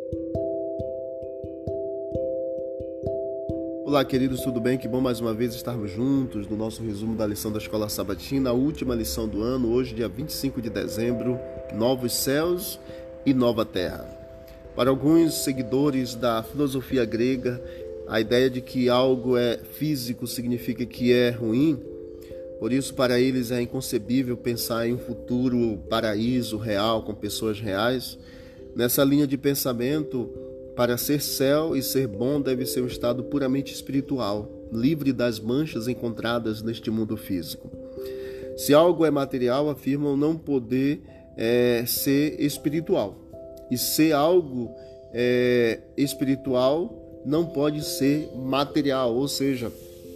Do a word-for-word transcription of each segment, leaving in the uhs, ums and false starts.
Olá, queridos, tudo bem? Que bom mais uma vez estarmos juntos no nosso resumo da lição da Escola Sabatina, a última lição do ano, hoje, dia vinte e cinco de dezembro, novos céus e nova terra. Para alguns seguidores da filosofia grega, a ideia de que algo é físico significa que é ruim. Por isso, para eles é inconcebível pensar em um futuro paraíso real, com pessoas reais. Nessa linha de pensamento, para ser céu e ser bom deve ser um estado puramente espiritual, livre das manchas encontradas neste mundo físico. Se algo é material, afirmam não poder é, ser espiritual. E se algo é espiritual, não pode ser material, ou seja,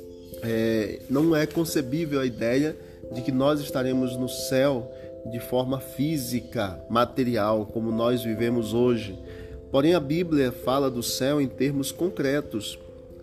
é, não é concebível a ideia de que nós estaremos no céu de forma física, material, como nós vivemos hoje. Porém, a Bíblia fala do céu em termos concretos,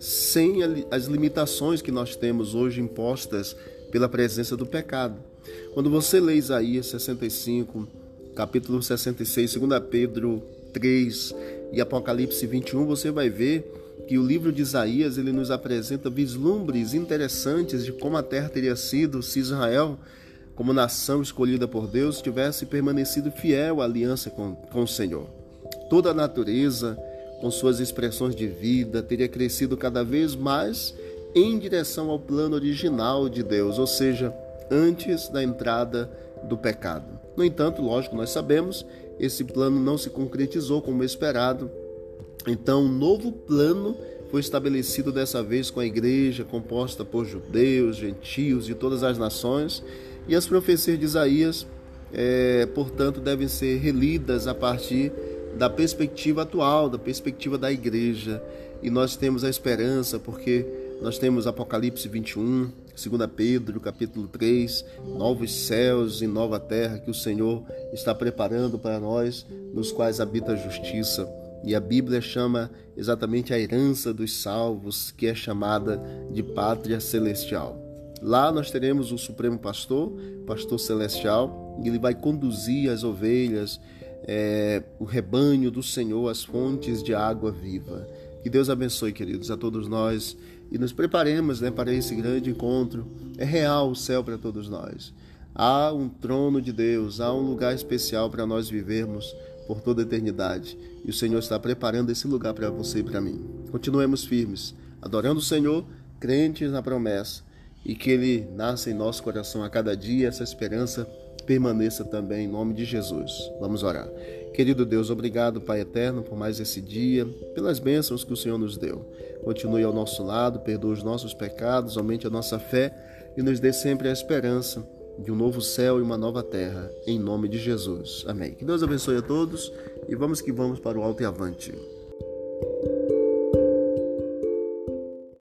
sem as limitações que nós temos hoje impostas pela presença do pecado. Quando você lê Isaías sessenta e cinco, capítulo sessenta e seis, dois Pedro três e Apocalipse vinte e um, você vai ver que o livro de Isaías ele nos apresenta vislumbres interessantes de como a terra teria sido se Israel, como nação escolhida por Deus, tivesse permanecido fiel à aliança com, com o Senhor. Toda a natureza, com suas expressões de vida, teria crescido cada vez mais em direção ao plano original de Deus, ou seja, antes da entrada do pecado. No entanto, lógico, nós sabemos, esse plano não se concretizou como esperado. Então, um novo plano foi estabelecido dessa vez com a igreja, composta por judeus, gentios de todas as nações, e as profecias de Isaías, é, portanto, devem ser relidas a partir da perspectiva atual, da perspectiva da igreja. E nós temos a esperança, porque nós temos Apocalipse vinte e um, dois Pedro, capítulo três, novos céus e nova terra que o Senhor está preparando para nós, nos quais habita a justiça. E a Bíblia chama exatamente a herança dos salvos, que é chamada de pátria celestial. Lá nós teremos o Supremo Pastor, Pastor Celestial, e ele vai conduzir as ovelhas, É, o rebanho do Senhor, as fontes de água viva. Que Deus abençoe, queridos, a todos nós e nos preparemos, né, para esse grande encontro. É real o céu para todos nós. Há um trono de Deus, há um lugar especial para nós vivermos por toda a eternidade. E o Senhor está preparando esse lugar para você e para mim. Continuemos firmes, adorando o Senhor, crentes na promessa, e que Ele nasça em nosso coração a cada dia, essa esperança permaneça também em nome de Jesus. Vamos orar. Querido Deus, obrigado, Pai eterno, por mais esse dia, pelas bênçãos que o Senhor nos deu. Continue ao nosso lado, perdoe os nossos pecados, aumente a nossa fé e nos dê sempre a esperança de um novo céu e uma nova terra, em nome de Jesus. Amém. Que Deus abençoe a todos e vamos que vamos para o alto e avante.